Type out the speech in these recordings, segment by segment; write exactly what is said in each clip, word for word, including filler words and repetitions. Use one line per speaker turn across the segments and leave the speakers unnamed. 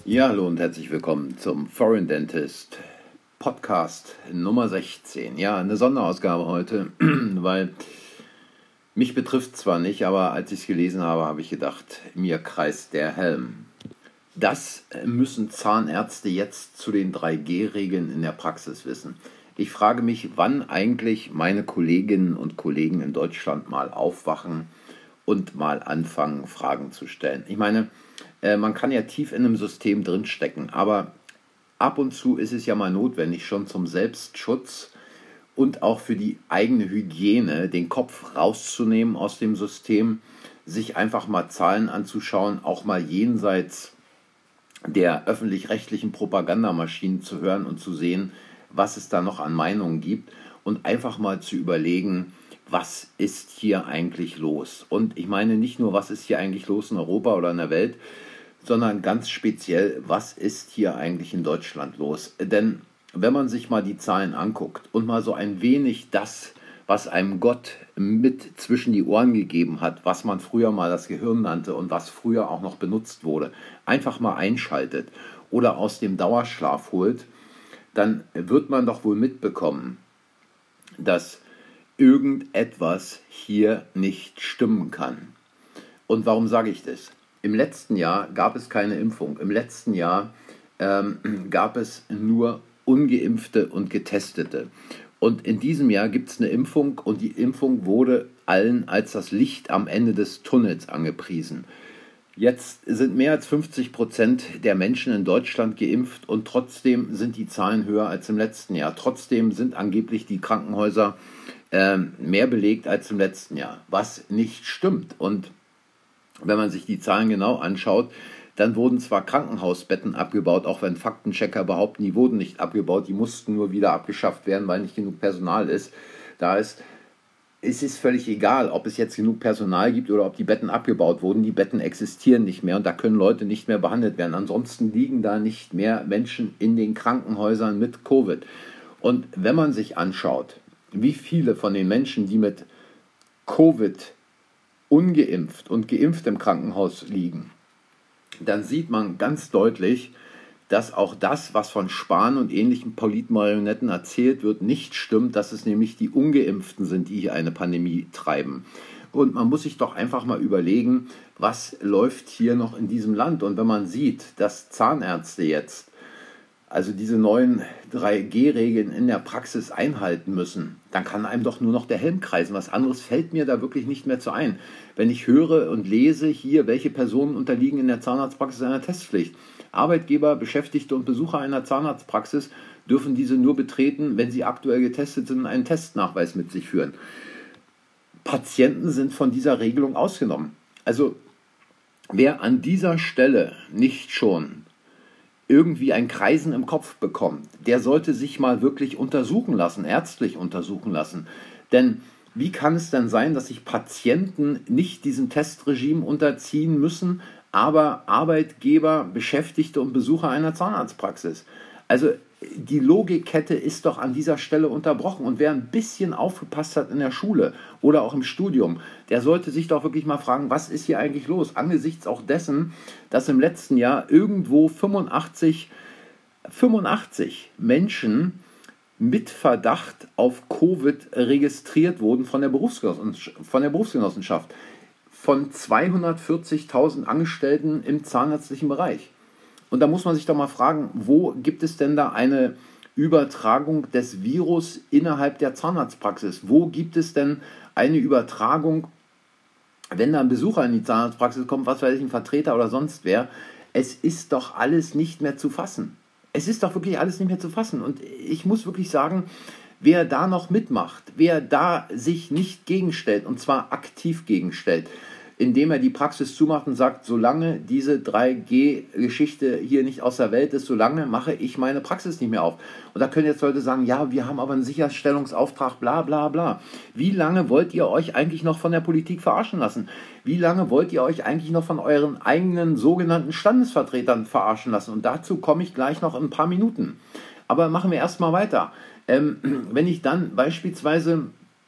Ja, hallo und herzlich willkommen zum Foreign Dentist Podcast Nummer sechzehn. Ja, eine Sonderausgabe heute, weil mich betrifft zwar nicht, aber als ich es gelesen habe, habe ich gedacht, mir kreist der Helm. Das müssen Zahnärzte jetzt zu den drei G Regeln in der Praxis wissen. Ich frage mich, wann eigentlich meine Kolleginnen und Kollegen in Deutschland mal aufwachen und mal anfangen, Fragen zu stellen. Ich meine, äh, man kann ja tief in einem System drinstecken, aber ab und zu ist es ja mal notwendig, schon zum Selbstschutz und auch für die eigene Hygiene den Kopf rauszunehmen aus dem System, sich einfach mal Zahlen anzuschauen, auch mal jenseits der öffentlich-rechtlichen Propagandamaschinen zu hören und zu sehen, was es da noch an Meinungen gibt und einfach mal zu überlegen, was ist hier eigentlich los? Und ich meine nicht nur, was ist hier eigentlich los in Europa oder in der Welt, sondern ganz speziell, was ist hier eigentlich in Deutschland los? Denn wenn man sich mal die Zahlen anguckt und mal so ein wenig das, was einem Gott mit zwischen die Ohren gegeben hat, was man früher mal das Gehirn nannte und was früher auch noch benutzt wurde, einfach mal einschaltet oder aus dem Dauerschlaf holt, dann wird man doch wohl mitbekommen, dass irgendetwas hier nicht stimmen kann. Und warum sage ich das? Im letzten Jahr gab es keine Impfung. Im letzten Jahr ähm, gab es nur Ungeimpfte und Getestete. Und in diesem Jahr gibt es eine Impfung und die Impfung wurde allen als das Licht am Ende des Tunnels angepriesen. Jetzt sind mehr als fünfzig Prozent der Menschen in Deutschland geimpft und trotzdem sind die Zahlen höher als im letzten Jahr. Trotzdem sind angeblich die Krankenhäuser äh, mehr belegt als im letzten Jahr, was nicht stimmt. Und wenn man sich die Zahlen genau anschaut, dann wurden zwar Krankenhausbetten abgebaut, auch wenn Faktenchecker behaupten, die wurden nicht abgebaut, die mussten nur wieder abgeschafft werden, weil nicht genug Personal ist. Da ist Es ist völlig egal, ob es jetzt genug Personal gibt oder ob die Betten abgebaut wurden. Die Betten existieren nicht mehr und da können Leute nicht mehr behandelt werden. Ansonsten liegen da nicht mehr Menschen in den Krankenhäusern mit Covid. Und wenn man sich anschaut, wie viele von den Menschen, die mit Covid ungeimpft und geimpft im Krankenhaus liegen, dann sieht man ganz deutlich, dass auch das, was von Spahn und ähnlichen Politmarionetten erzählt wird, nicht stimmt, dass es nämlich die Ungeimpften sind, die hier eine Pandemie treiben. Und man muss sich doch einfach mal überlegen, was läuft hier noch in diesem Land. Und wenn man sieht, dass Zahnärzte jetzt also diese neuen drei G Regeln in der Praxis einhalten müssen, dann kann einem doch nur noch der Helm kreisen. Was anderes fällt mir da wirklich nicht mehr zu ein. Wenn ich höre und lese hier, welche Personen unterliegen in der Zahnarztpraxis einer Testpflicht. Arbeitgeber, Beschäftigte und Besucher einer Zahnarztpraxis dürfen diese nur betreten, wenn sie aktuell getestet sind und einen Testnachweis mit sich führen. Patienten sind von dieser Regelung ausgenommen. Also wer an dieser Stelle nicht schon irgendwie ein Kreisen im Kopf bekommt, der sollte sich mal wirklich untersuchen lassen, ärztlich untersuchen lassen. Denn wie kann es denn sein, dass sich Patienten nicht diesem Testregime unterziehen müssen, aber Arbeitgeber, Beschäftigte und Besucher einer Zahnarztpraxis? Also die Logikkette ist doch an dieser Stelle unterbrochen. Und wer ein bisschen aufgepasst hat in der Schule oder auch im Studium, der sollte sich doch wirklich mal fragen, was ist hier eigentlich los? Angesichts auch dessen, dass im letzten Jahr irgendwo fünfundachtzig, fünfundachtzig Menschen mit Verdacht auf Covid registriert wurden von der Berufsgenossenschaft. Von der Berufsgenossenschaft. Von zweihundertvierzigtausend Angestellten im zahnärztlichen Bereich. Und da muss man sich doch mal fragen, wo gibt es denn da eine Übertragung des Virus innerhalb der Zahnarztpraxis? Wo gibt es denn eine Übertragung, wenn da ein Besucher in die Zahnarztpraxis kommt, was weiß ich, ein Vertreter oder sonst wer? Es ist doch alles nicht mehr zu fassen. Es ist doch wirklich alles nicht mehr zu fassen. Und ich muss wirklich sagen, wer da noch mitmacht, wer da sich nicht gegenstellt, und zwar aktiv gegenstellt, indem er die Praxis zumacht und sagt, solange diese drei G Geschichte hier nicht aus der Welt ist, solange mache ich meine Praxis nicht mehr auf. Und da können jetzt Leute sagen, ja, wir haben aber einen Sicherstellungsauftrag, bla bla bla. Wie lange wollt ihr euch eigentlich noch von der Politik verarschen lassen? Wie lange wollt ihr euch eigentlich noch von euren eigenen sogenannten Standesvertretern verarschen lassen? Und dazu komme ich gleich noch in ein paar Minuten. Aber machen wir erstmal weiter. Ähm, wenn ich dann beispielsweise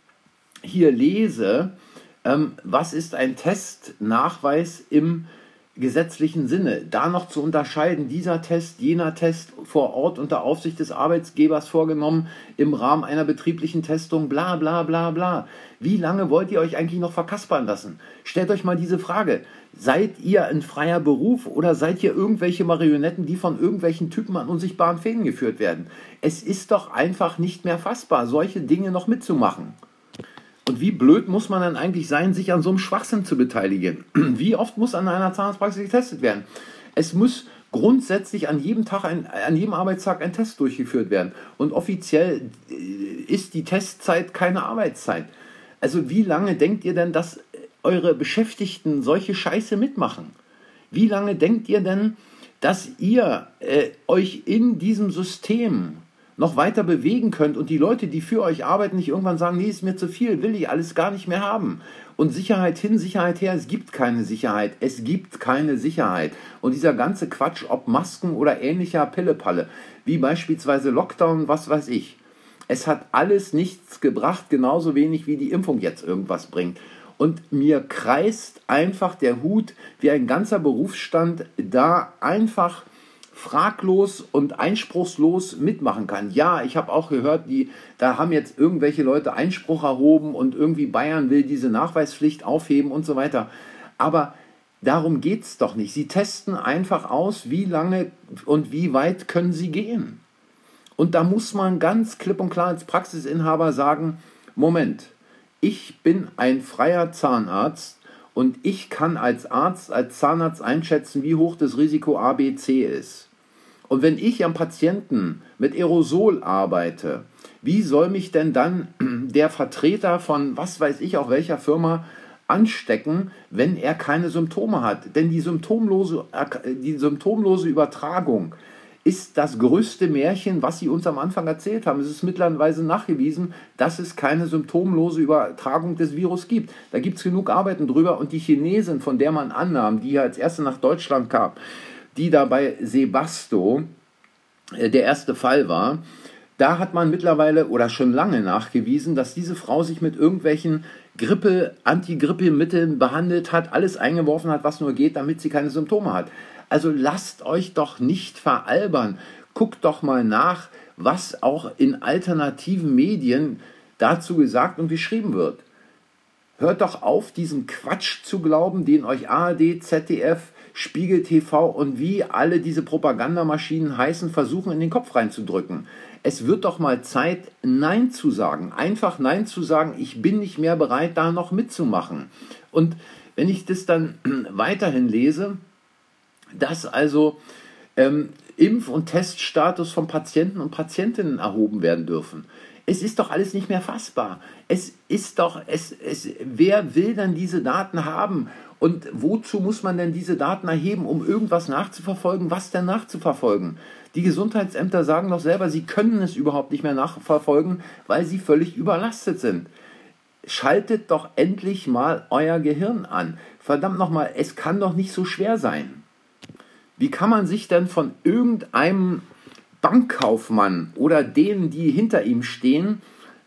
hier lese, ähm, was ist ein Testnachweis im gesetzlichen Sinne, da noch zu unterscheiden, dieser Test, jener Test vor Ort unter Aufsicht des Arbeitgebers vorgenommen, im Rahmen einer betrieblichen Testung, bla bla bla bla. Wie lange wollt ihr euch eigentlich noch verkaspern lassen? Stellt euch mal diese Frage. Seid ihr ein freier Beruf oder seid ihr irgendwelche Marionetten, die von irgendwelchen Typen an unsichtbaren Fäden geführt werden? Es ist doch einfach nicht mehr fassbar, solche Dinge noch mitzumachen. Und wie blöd muss man dann eigentlich sein, sich an so einem Schwachsinn zu beteiligen? Wie oft muss an einer Zahnarztpraxis getestet werden? Es muss grundsätzlich an jedem Tag, ein, an jedem Arbeitstag ein Test durchgeführt werden. Und offiziell ist die Testzeit keine Arbeitszeit. Also wie lange denkt ihr denn, dass eure Beschäftigten solche Scheiße mitmachen? Wie lange denkt ihr denn, dass ihr äh, euch in diesem System noch weiter bewegen könnt und die Leute, die für euch arbeiten, nicht irgendwann sagen, nee, ist mir zu viel, will ich alles gar nicht mehr haben. Und Sicherheit hin, Sicherheit her, es gibt keine Sicherheit, es gibt keine Sicherheit. Und dieser ganze Quatsch, ob Masken oder ähnlicher Pillepalle, wie beispielsweise Lockdown, was weiß ich, es hat alles nichts gebracht, genauso wenig wie die Impfung jetzt irgendwas bringt. Und mir kreist einfach der Hut, wie ein ganzer Berufsstand da einfach fraglos und einspruchslos mitmachen kann. Ja, ich habe auch gehört, die, da haben jetzt irgendwelche Leute Einspruch erhoben und irgendwie Bayern will diese Nachweispflicht aufheben und so weiter. Aber darum geht es doch nicht. Sie testen einfach aus, wie lange und wie weit können sie gehen. Und da muss man ganz klipp und klar als Praxisinhaber sagen, Moment, ich bin ein freier Zahnarzt und ich kann als Arzt, als Zahnarzt einschätzen, wie hoch das Risiko A B C ist. Und wenn ich am Patienten mit Aerosol arbeite, wie soll mich denn dann der Vertreter von was weiß ich auch welcher Firma anstecken, wenn er keine Symptome hat? Denn die symptomlose, die symptomlose Übertragung ist das größte Märchen, was sie uns am Anfang erzählt haben. Es ist mittlerweile nachgewiesen, dass es keine symptomlose Übertragung des Virus gibt. Da gibt es genug Arbeiten drüber. Und die Chinesin, von der man annahm, die ja als erste nach Deutschland kam, die da bei Sebasto äh, der erste Fall war, da hat man mittlerweile oder schon lange nachgewiesen, dass diese Frau sich mit irgendwelchen Grippe, Antigrippemitteln behandelt hat, alles eingeworfen hat, was nur geht, damit sie keine Symptome hat. Also lasst euch doch nicht veralbern. Guckt doch mal nach, was auch in alternativen Medien dazu gesagt und geschrieben wird. Hört doch auf, diesen Quatsch zu glauben, den euch A R D, Z D F, Spiegel T V und wie alle diese Propagandamaschinen heißen, versuchen in den Kopf reinzudrücken. Es wird doch mal Zeit, Nein zu sagen. Einfach Nein zu sagen, ich bin nicht mehr bereit, da noch mitzumachen. Und wenn ich das dann weiterhin lese, dass also ähm, Impf- und Teststatus von Patienten und Patientinnen erhoben werden dürfen. Es ist doch alles nicht mehr fassbar. Es ist doch, es, es, wer will denn diese Daten haben? Und wozu muss man denn diese Daten erheben, um irgendwas nachzuverfolgen? Was denn nachzuverfolgen? Die Gesundheitsämter sagen doch selber, sie können es überhaupt nicht mehr nachverfolgen, weil sie völlig überlastet sind. Schaltet doch endlich mal euer Gehirn an. Verdammt nochmal, es kann doch nicht so schwer sein. Wie kann man sich denn von irgendeinem Bankkaufmann oder denen, die hinter ihm stehen,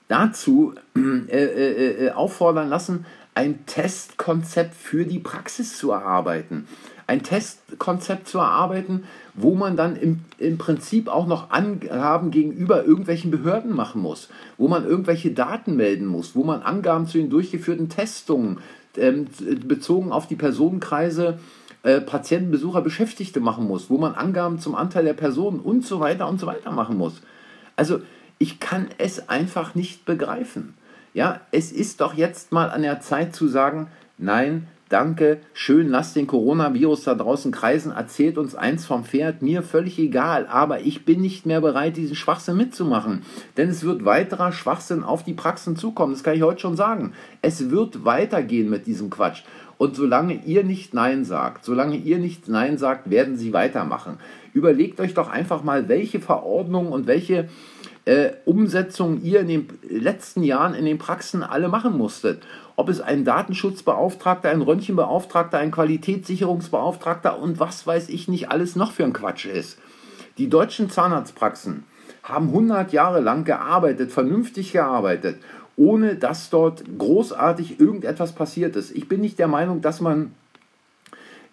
dazu äh, äh, äh, auffordern lassen, ein Testkonzept für die Praxis zu erarbeiten? Ein Testkonzept zu erarbeiten, wo man dann im, im Prinzip auch noch Angaben gegenüber irgendwelchen Behörden machen muss, wo man irgendwelche Daten melden muss, wo man Angaben zu den durchgeführten Testungen ähm, bezogen auf die Personenkreise Äh, Patienten, Besucher, Beschäftigte machen muss, wo man Angaben zum Anteil der Personen und so weiter und so weiter machen muss. Also ich kann es einfach nicht begreifen. Ja, es ist doch jetzt mal an der Zeit zu sagen, nein, danke, schön, lasst den Coronavirus da draußen kreisen, erzählt uns eins vom Pferd, mir völlig egal, aber ich bin nicht mehr bereit, diesen Schwachsinn mitzumachen. Denn es wird weiterer Schwachsinn auf die Praxen zukommen, das kann ich heute schon sagen. Es wird weitergehen mit diesem Quatsch. Und solange ihr nicht Nein sagt, solange ihr nicht Nein sagt, werden sie weitermachen. Überlegt euch doch einfach mal, welche Verordnungen und welche äh, Umsetzungen ihr in den letzten Jahren in den Praxen alle machen musstet. Ob es ein Datenschutzbeauftragter, ein Röntgenbeauftragter, ein Qualitätssicherungsbeauftragter und was weiß ich nicht alles noch für ein Quatsch ist. Die deutschen Zahnarztpraxen haben hundert Jahre lang gearbeitet, vernünftig gearbeitet, ohne dass dort großartig irgendetwas passiert ist. Ich bin nicht der Meinung, dass man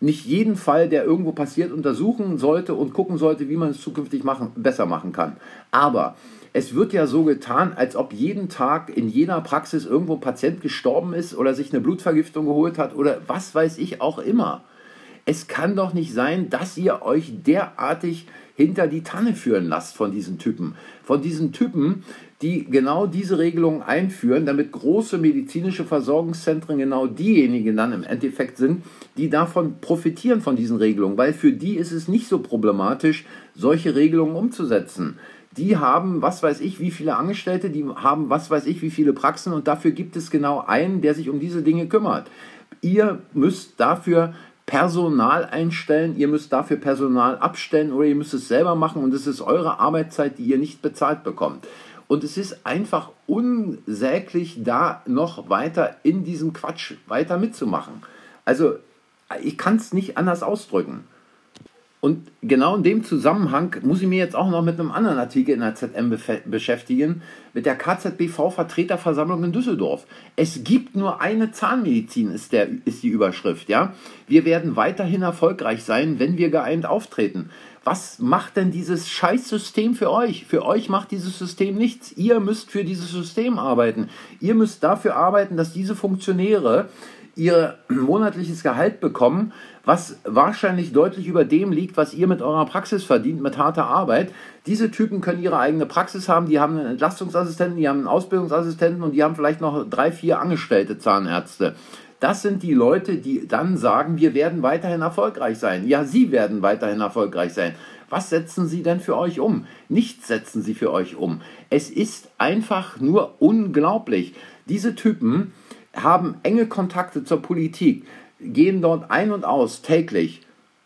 nicht jeden Fall, der irgendwo passiert, untersuchen sollte und gucken sollte, wie man es zukünftig machen, besser machen kann. Aber es wird ja so getan, als ob jeden Tag in jeder Praxis irgendwo ein Patient gestorben ist oder sich eine Blutvergiftung geholt hat oder was weiß ich auch immer. Es kann doch nicht sein, dass ihr euch derartig hinter die Tanne führen lasst von diesen Typen. Von diesen Typen, die genau diese Regelungen einführen, damit große medizinische Versorgungszentren genau diejenigen dann im Endeffekt sind, die davon profitieren von diesen Regelungen. Weil für die ist es nicht so problematisch, solche Regelungen umzusetzen. Die haben, was weiß ich, wie viele Angestellte, die haben, was weiß ich, wie viele Praxen und dafür gibt es genau einen, der sich um diese Dinge kümmert. Ihr müsst dafür Personal einstellen, ihr müsst dafür Personal abstellen oder ihr müsst es selber machen und es ist eure Arbeitszeit, die ihr nicht bezahlt bekommt. Und es ist einfach unsäglich, da noch weiter in diesem Quatsch weiter mitzumachen. Also ich kann es nicht anders ausdrücken. Und genau in dem Zusammenhang muss ich mir jetzt auch noch mit einem anderen Artikel in der Z M beschäftigen, mit der K Z B V-Vertreterversammlung in Düsseldorf. Es gibt nur eine Zahnmedizin, ist, der, ist die Überschrift. Ja? Wir werden weiterhin erfolgreich sein, wenn wir geeint auftreten. Was macht denn dieses Scheißsystem für euch? Für euch macht dieses System nichts. Ihr müsst für dieses System arbeiten. Ihr müsst dafür arbeiten, dass diese Funktionäre ihr monatliches Gehalt bekommen, was wahrscheinlich deutlich über dem liegt, was ihr mit eurer Praxis verdient, mit harter Arbeit. Diese Typen können ihre eigene Praxis haben, die haben einen Entlastungsassistenten, die haben einen Ausbildungsassistenten und die haben vielleicht noch drei, vier angestellte Zahnärzte. Das sind die Leute, die dann sagen, wir werden weiterhin erfolgreich sein. Ja, sie werden weiterhin erfolgreich sein. Was setzen sie denn für euch um? Nichts setzen sie für euch um. Es ist einfach nur unglaublich. Diese Typen haben enge Kontakte zur Politik, gehen dort ein und aus täglich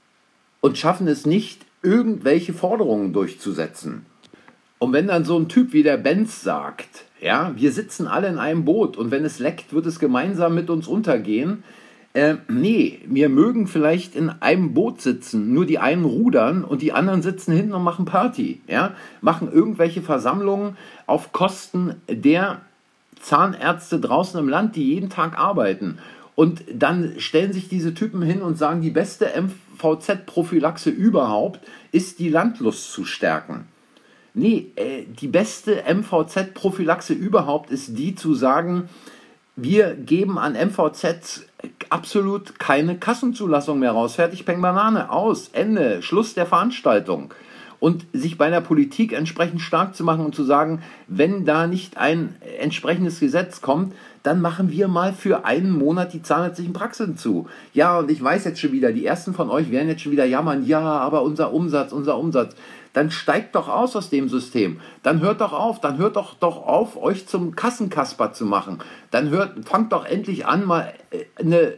und schaffen es nicht, irgendwelche Forderungen durchzusetzen. Und wenn dann so ein Typ wie der Benz sagt, ja, wir sitzen alle in einem Boot und wenn es leckt, wird es gemeinsam mit uns untergehen. Äh, nee, wir mögen vielleicht in einem Boot sitzen, nur die einen rudern und die anderen sitzen hinten und machen Party, ja, machen irgendwelche Versammlungen auf Kosten der Zahnärzte draußen im Land, die jeden Tag arbeiten. Und dann stellen sich diese Typen hin und sagen, die beste M V Z-Prophylaxe überhaupt ist, die Landlust zu stärken. Nee, äh, die beste M V Z-Prophylaxe überhaupt ist die zu sagen, wir geben an M V Zs absolut keine Kassenzulassung mehr raus. Fertig, Peng, Banane, aus, Ende, Schluss der Veranstaltung. Und sich bei der Politik entsprechend stark zu machen und zu sagen, wenn da nicht ein entsprechendes Gesetz kommt, dann machen wir mal für einen Monat die zahnärztlichen Praxen zu. Ja, und ich weiß jetzt schon wieder, die ersten von euch werden jetzt schon wieder jammern, ja, aber unser Umsatz, unser Umsatz. Dann steigt doch aus aus dem System. Dann hört doch auf, dann hört doch, doch auf, euch zum Kassenkasper zu machen. Dann hört, fangt doch endlich an, mal eine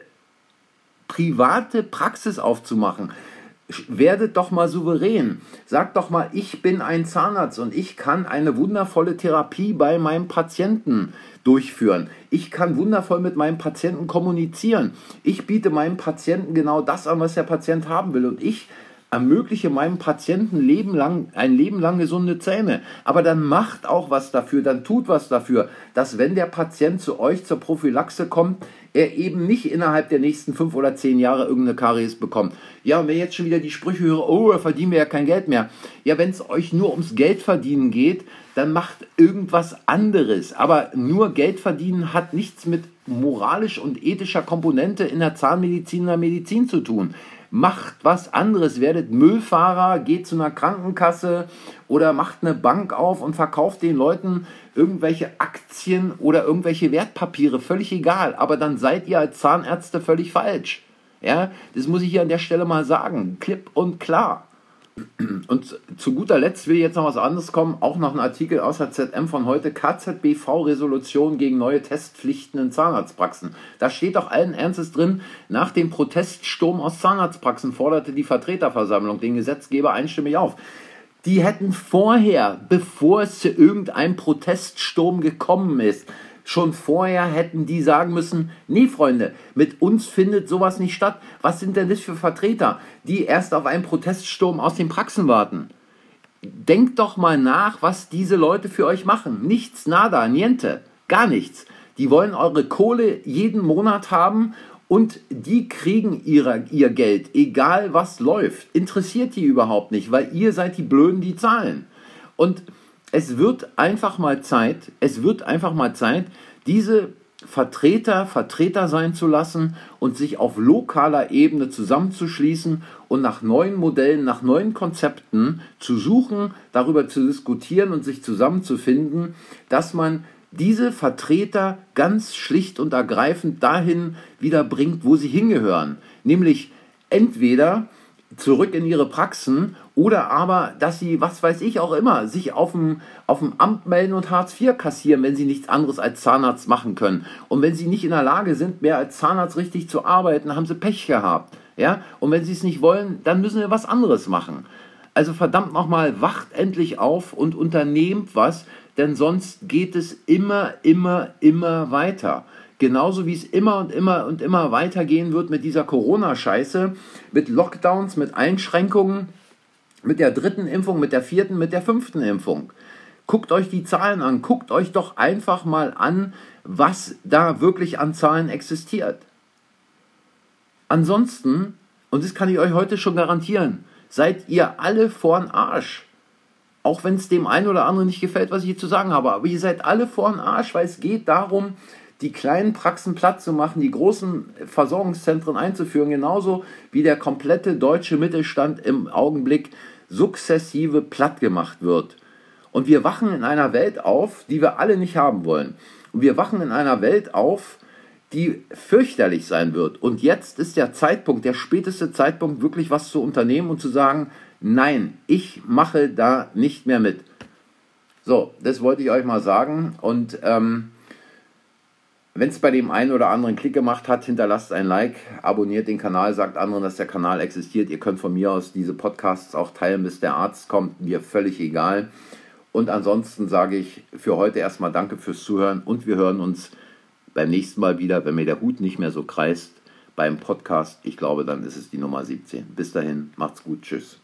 private Praxis aufzumachen. Werdet doch mal souverän. Sagt doch mal, ich bin ein Zahnarzt und ich kann eine wundervolle Therapie bei meinem Patienten durchführen. Ich kann wundervoll mit meinem Patienten kommunizieren. Ich biete meinem Patienten genau das an, was der Patient haben will. Und ich ermögliche meinem Patienten Leben lang, ein Leben lang gesunde Zähne. Aber dann macht auch was dafür, dann tut was dafür, dass wenn der Patient zu euch zur Prophylaxe kommt, er eben nicht innerhalb der nächsten fünf oder zehn Jahre irgendeine Karies bekommt. Ja, und wenn jetzt schon wieder die Sprüche höre, oh, da verdienen wir ja kein Geld mehr. Ja, wenn es euch nur ums Geld verdienen geht, dann macht irgendwas anderes. Aber nur Geld verdienen hat nichts mit moralisch und ethischer Komponente in der Zahnmedizin oder Medizin zu tun. Macht was anderes, werdet Müllfahrer, geht zu einer Krankenkasse oder macht eine Bank auf und verkauft den Leuten irgendwelche Aktien oder irgendwelche Wertpapiere, völlig egal. Aber dann seid ihr als Zahnärzte völlig falsch. Ja, das muss ich hier an der Stelle mal sagen, klipp und klar. Und zu guter Letzt will jetzt noch was anderes kommen, auch noch ein Artikel aus der Z M von heute, K Z B V-Resolution gegen neue Testpflichten in Zahnarztpraxen. Da steht doch allen Ernstes drin, nach dem Proteststurm aus Zahnarztpraxen forderte die Vertreterversammlung den Gesetzgeber einstimmig auf. Die hätten vorher, bevor es zu irgendeinem Proteststurm gekommen ist, schon vorher hätten die sagen müssen, nee Freunde, mit uns findet sowas nicht statt. Was sind denn das für Vertreter, die erst auf einen Proteststurm aus den Praxen warten? Denkt doch mal nach, was diese Leute für euch machen. Nichts, nada, niente, gar nichts. Die wollen eure Kohle jeden Monat haben Und die kriegen ihre, ihr Geld, egal was läuft. Interessiert die überhaupt nicht, weil ihr seid die Blöden, die zahlen. Und es wird einfach mal Zeit, es wird einfach mal Zeit, diese Vertreter Vertreter sein zu lassen und sich auf lokaler Ebene zusammenzuschließen und nach neuen Modellen, nach neuen Konzepten zu suchen, darüber zu diskutieren und sich zusammenzufinden, dass man diese Vertreter ganz schlicht und ergreifend dahin wieder bringt, wo sie hingehören. Nämlich entweder zurück in ihre Praxen oder aber, dass sie, was weiß ich auch immer, sich auf dem, auf dem Amt melden und Hartz vier kassieren, wenn sie nichts anderes als Zahnarzt machen können. Und wenn sie nicht in der Lage sind, mehr als Zahnarzt richtig zu arbeiten, haben sie Pech gehabt. Ja? Und wenn sie es nicht wollen, dann müssen sie was anderes machen. Also verdammt nochmal, wacht endlich auf und unternehmt was, denn sonst geht es immer, immer, immer weiter. Genauso wie es immer und immer und immer weitergehen wird mit dieser Corona-Scheiße, mit Lockdowns, mit Einschränkungen, mit der dritten Impfung, mit der vierten, mit der fünften Impfung. Guckt euch die Zahlen an, guckt euch doch einfach mal an, was da wirklich an Zahlen existiert. Ansonsten, und das kann ich euch heute schon garantieren, seid ihr alle vorn Arsch. Auch wenn es dem einen oder anderen nicht gefällt, was ich hier zu sagen habe, aber ihr seid alle vorn Arsch, weil es geht darum, die kleinen Praxen platt zu machen, die großen Versorgungszentren einzuführen, genauso wie der komplette deutsche Mittelstand im Augenblick sukzessive platt gemacht wird. Und wir wachen in einer Welt auf, die wir alle nicht haben wollen. Und wir wachen in einer Welt auf, die fürchterlich sein wird. Und jetzt ist der Zeitpunkt, der späteste Zeitpunkt, wirklich was zu unternehmen und zu sagen, nein, ich mache da nicht mehr mit. So, das wollte ich euch mal sagen. Und ähm, wenn es bei dem einen oder anderen Klick gemacht hat, hinterlasst ein Like, abonniert den Kanal, sagt anderen, dass der Kanal existiert. Ihr könnt von mir aus diese Podcasts auch teilen, bis der Arzt kommt, mir völlig egal. Und ansonsten sage ich für heute erstmal danke fürs Zuhören und wir hören uns beim nächsten Mal wieder, wenn mir der Hut nicht mehr so kreist, beim Podcast. Ich glaube, dann ist es die Nummer siebzehn. Bis dahin, macht's gut, tschüss.